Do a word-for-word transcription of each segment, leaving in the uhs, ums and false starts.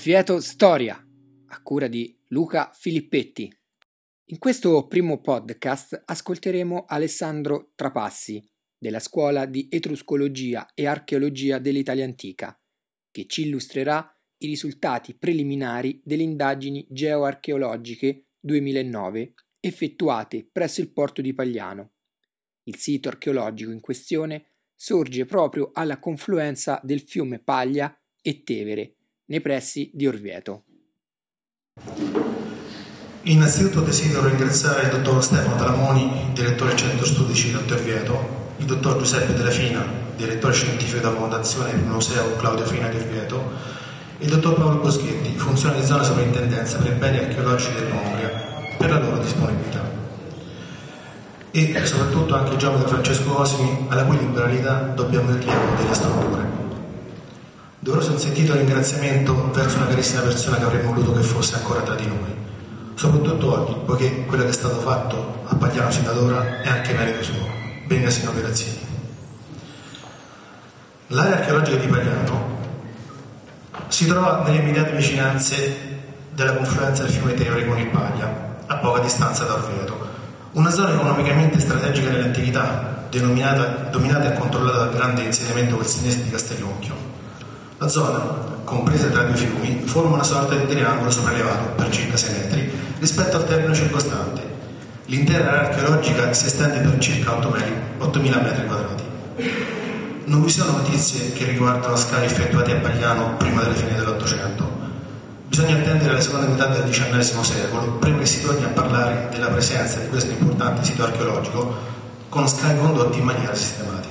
Orvieto Storia, a cura di Luca Filippetti. In questo primo podcast ascolteremo Alessandro Trapassi, della Scuola di Etruscologia e Archeologia dell'Italia Antica, che ci illustrerà i risultati preliminari delle indagini geoarcheologiche duemilanove effettuate presso il porto di Pagliano. Il sito archeologico in questione sorge proprio alla confluenza del fiume Paglia e Tevere, nei pressi di Orvieto. Innanzitutto desidero ringraziare il dottor Stefano Talamoni, direttore Centro Studi Città di Orvieto, il dottor Giuseppe Della Fina, direttore scientifico della Fondazione Museo Claudio Fina di Orvieto, e il dottor Paolo Boschetti, funzionario di zona sovrintendenza per i beni archeologici dell'Umbria, per la loro disponibilità. E soprattutto anche Giacomo Francesco Cosimi, alla cui liberalità dobbiamo il rilievo delle strutture. Doveroso un sentito ringraziamento verso una carissima persona che avremmo voluto che fosse ancora tra di noi, soprattutto oggi, poiché quello che è stato fatto a Pagliano sin da ora è anche merito suo. Bengasi in operazioni. L'area archeologica di Pagliano si trova nelle immediate vicinanze della confluenza del fiume Tevere con il Paglia, a poca distanza da Orvieto, una zona economicamente strategica nell'antichità, denominata, dominata e controllata dal grande insediamento colsinese di Castellonchio. La zona, compresa tra due fiumi, forma una sorta di triangolo sopraelevato per circa sei metri rispetto al terreno circostante. L'intera area archeologica si estende per circa ottomila metri quadrati. Non vi sono notizie che riguardano scavi effettuati a Pagliano prima della fine dell'Ottocento. Bisogna attendere la seconda metà del diciannovesimo secolo prima che si torni a parlare della presenza di questo importante sito archeologico con scavi condotti in maniera sistematica.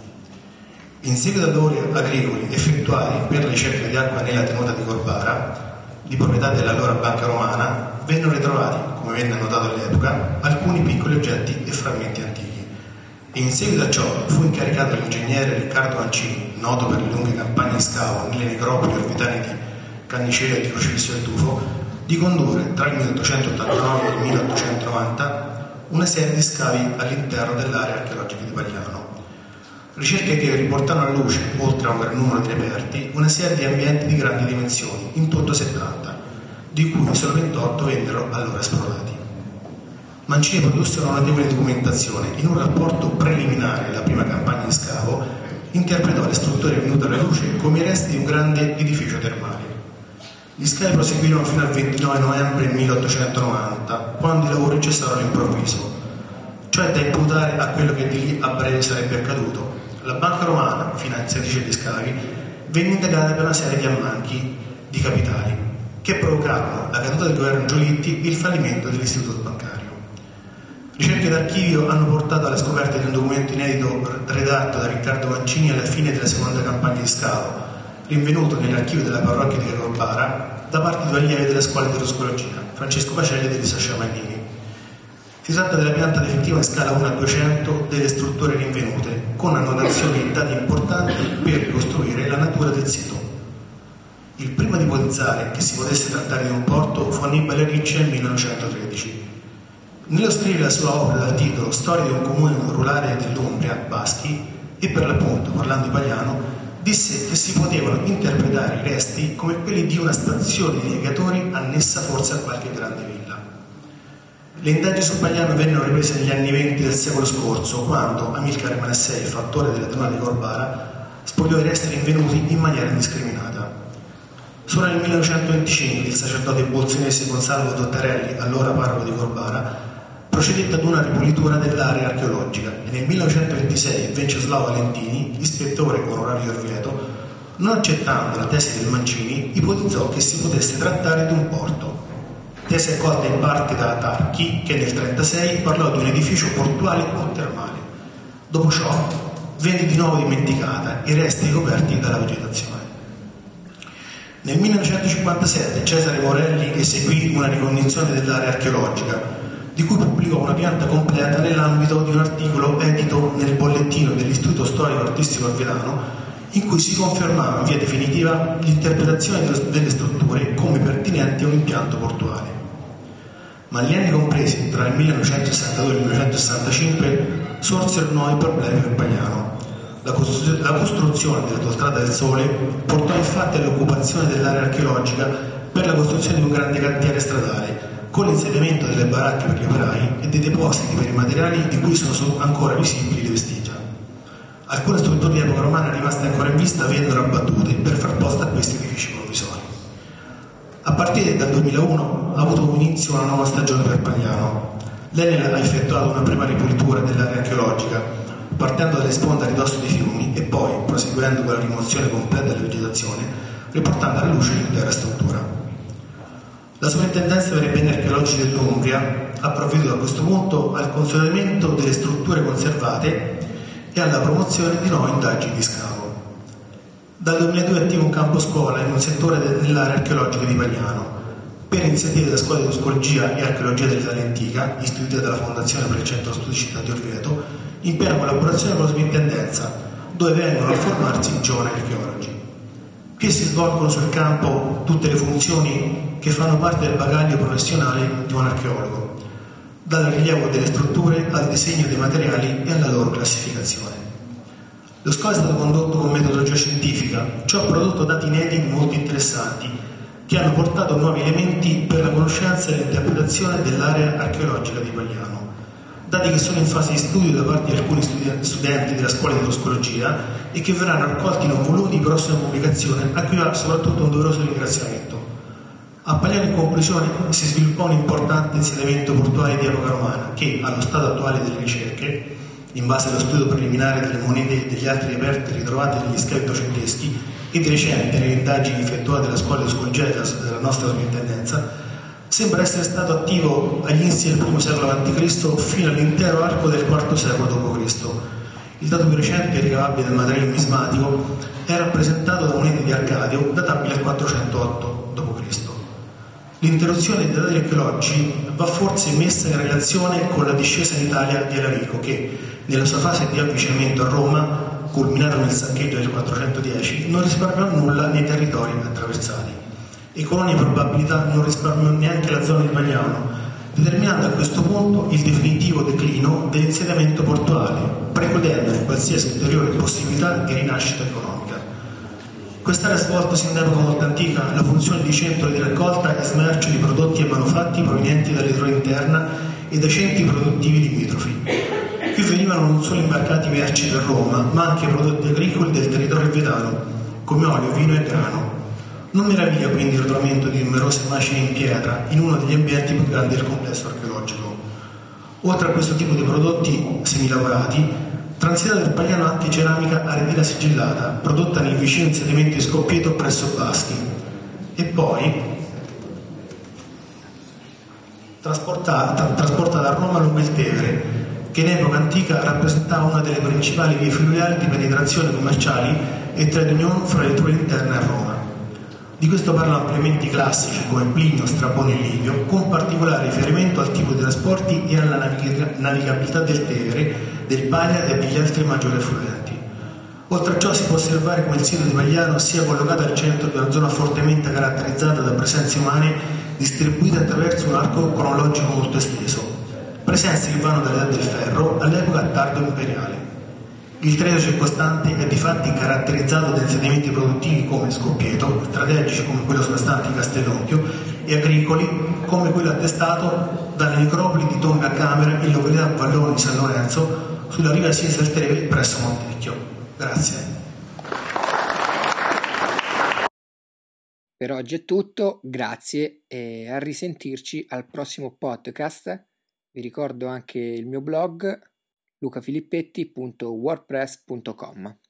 In seguito a lavori agricoli effettuati per la ricerca di acqua nella tenuta di Corbara, di proprietà dell'allora Banca Romana, vennero ritrovati, come venne annotato all'epoca, alcuni piccoli oggetti e frammenti antichi. E in seguito a ciò fu incaricato l'ingegnere Riccardo Mancini, noto per le lunghe campagne di scavo nelle necropoli orbitane di Cannicella e di Crocifisso del Tufo, di condurre tra il milleottocentottantanove e il milleottocentonovanta una serie di scavi all'interno dell'area archeologica di Pagliano. Ricerche che riportano alla luce, oltre a un gran numero di reperti, una serie di ambienti di grandi dimensioni, in tutto settanta, di cui solo ventotto vennero allora esplorati. Mancini produsse una notevole documentazione. In un rapporto preliminare alla prima campagna di scavo, interpretò le strutture venute alla luce come i resti di un grande edificio termale. Gli scavi proseguirono fino al ventinove novembre milleottocentonovanta, quando i lavori cessarono all'improvviso. Ciò è da imputare a quello che di lì a breve sarebbe accaduto. La Banca Romana, finanziatrice degli scavi, venne indagata per una serie di ammanchi di capitali che provocarono la caduta del governo Giolitti e il fallimento dell'istituto bancario. Ricerche d'archivio hanno portato alla scoperta di un documento inedito redatto da Riccardo Mancini alla fine della seconda campagna di scavo, rinvenuto nell'archivio della parrocchia di Corbara da parte di due allievi della scuola di etruscologia, Francesco Pacelli ed Elisa Sciamannini. Si tratta della pianta definitiva in scala uno a duecento delle strutture rinvenute, con annotazioni e dati importanti per ricostruire la natura del sito. Il primo ad ipotizzare che si potesse trattare di un porto fu Annibale Ricci nel millenovecentotredici. Nello scrivere la sua opera dal titolo Storia di un comune rurale dell'Umbria, Baschi, e per l'appunto, parlando di Pagliano, disse che si potevano interpretare i resti come quelli di una stazione di navigatori annessa forse a qualche grande villa. Le indagini su Pagliano vennero riprese negli anni venti del secolo scorso, quando Amilcare Manassei, fattore della tenuta di Corbara, spogliò i resti rinvenuti in maniera indiscriminata. Solo nel millenovecentoventicinque il sacerdote bolsonese Gonzalo Dottarelli, allora parroco di Corbara, procedette ad una ripulitura dell'area archeologica e nel millenovecentoventisei Venceslao Valentini, ispettore onorario di Orvieto, non accettando la tesi del Mancini, ipotizzò che si potesse trattare di un porto. Tesi accolta in parte da Tarchi, che nel millenovecentontrentasei parlò di un edificio portuale o termale. Dopo ciò venne di nuovo dimenticata e resti ricoperti dalla vegetazione. Nel millenovecentocinquantasette Cesare Morelli eseguì una ricognizione dell'area archeologica, di cui pubblicò una pianta completa nell'ambito di un articolo edito nel bollettino dell'Istituto Storico Artistico Orvietano, in cui si confermava in via definitiva l'interpretazione delle strutture come pertinenti a un impianto portuale. Ma negli anni compresi tra il millenovecentosessantadue e il millenovecentosessantacinque sorsero nuovi problemi per Pagliano. La, costru- la costruzione dell'autostrada del Sole portò infatti all'occupazione dell'area archeologica per la costruzione di un grande cantiere stradale, con l'insediamento delle baracche per gli operai e dei depositi per i materiali di cui sono ancora visibili le vestigia. Alcune strutture di epoca romana rimaste ancora in vista vennero abbattute per far posto a questi edifici provvisori. A partire dal duemilauno ha avuto inizio una nuova stagione per Pagliano. L'Enel ha effettuato una prima ripulitura dell'area archeologica, partendo dalle sponde a ridosso dei fiumi e poi proseguendo con la rimozione completa della vegetazione, riportando alla luce l'intera struttura. La Sovrintendenza per i beni archeologici dell'Umbria ha provveduto a questo punto al consolidamento delle strutture conservate e alla promozione di nuove indagini di scavo. Dal duemiladue è attivo un campo scuola in un settore dell'area archeologica di Pagliano, per iniziative della Scuola di Etruscologia e Archeologia dell'Italia Antica, istituita dalla Fondazione per il Centro Studi Città di Orvieto, in piena collaborazione con la Sovrintendenza, dove vengono a formarsi giovani archeologi. Qui si svolgono sul campo tutte le funzioni che fanno parte del bagaglio professionale di un archeologo, dal rilievo delle strutture al disegno dei materiali e alla loro classificazione. Lo scavo è stato condotto con metodologia scientifica, ciò ha prodotto dati inediti molto interessanti, che hanno portato nuovi elementi per la conoscenza e l'interpretazione dell'area archeologica di Pagliano. Dati che sono in fase di studio da parte di alcuni studenti della Scuola di Etruscologia e che verranno raccolti in un volume di prossima pubblicazione, a cui va soprattutto un doveroso ringraziamento. A Pagliano, in conclusione, si sviluppò un importante insediamento portuale di epoca romana che, allo stato attuale delle ricerche, in base allo studio preliminare delle monete e degli altri reperti ritrovati negli scavi ottocenteschi e di recente nelle indagini effettuate dalla Scuola di Etruscologia della nostra Sovrintendenza, sembra essere stato attivo agli inizi del primo secolo avanti Cristo fino all'intero arco del quarto secolo dopo Cristo. Il dato più recente e ricavabile del materiale numismatico è rappresentato da monete di Arcadio databili al quattrocentootto dopo Cristo. L'interruzione dei dati archeologici va forse messa in relazione con la discesa in Italia di Alarico che, nella sua fase di avvicinamento a Roma, culminata con il saccheggio del quattrocentodieci, non risparmiò nulla nei territori attraversati e con ogni probabilità non risparmiò neanche la zona di Pagliano, determinando a questo punto il definitivo declino dell'insediamento portuale, precludendo qualsiasi ulteriore possibilità di rinascita economica. Quest'area ha svolto sin da epoca molto antica la funzione di centro di raccolta e smercio di prodotti e manufatti provenienti dall'Etruria interna e dai centri produttivi limitrofi. Qui venivano non solo imbarcati merci per Roma, ma anche prodotti agricoli del territorio vetano, come olio, vino e grano. Non meraviglia quindi il ritrovamento di numerose macine in pietra in uno degli ambienti più grandi del complesso archeologico. Oltre a questo tipo di prodotti semilavorati, transita per Pagliano anche ceramica aretina sigillata, prodotta nel vicino insediamento di Scoppieto presso Baschi, e poi trasportata, trasportata a Roma lungo il Tevere, che in epoca antica rappresentava una delle principali vie fluviali di penetrazione commerciali e trade union fra l'Etruria interna e Roma. Di questo parlano ampiamente i classici come Plinio, Strabone e Livio, con particolare riferimento al tipo di trasporti e alla navig- navigabilità del Tevere, del Paglia e degli altri maggiori affluenti. Oltre a ciò si può osservare come il sito di Pagliano sia collocato al centro di una zona fortemente caratterizzata da presenze umane distribuite attraverso un arco cronologico molto esteso, presenze che vanno dall'età del ferro all'epoca tardo imperiale. Il territorio circostante è difatti caratterizzato da insediamenti produttivi come Scoppieto, strategici come quello sovrastante di Castellompio e agricoli come quello attestato dalle necropoli di tombe a camera in località Vallone di San Lorenzo sulla riva sinistra del Tevere presso Montecchio. Grazie. Per oggi è tutto, grazie e a risentirci al prossimo podcast. Vi ricordo anche il mio blog lucafilippetti punto wordpress punto com.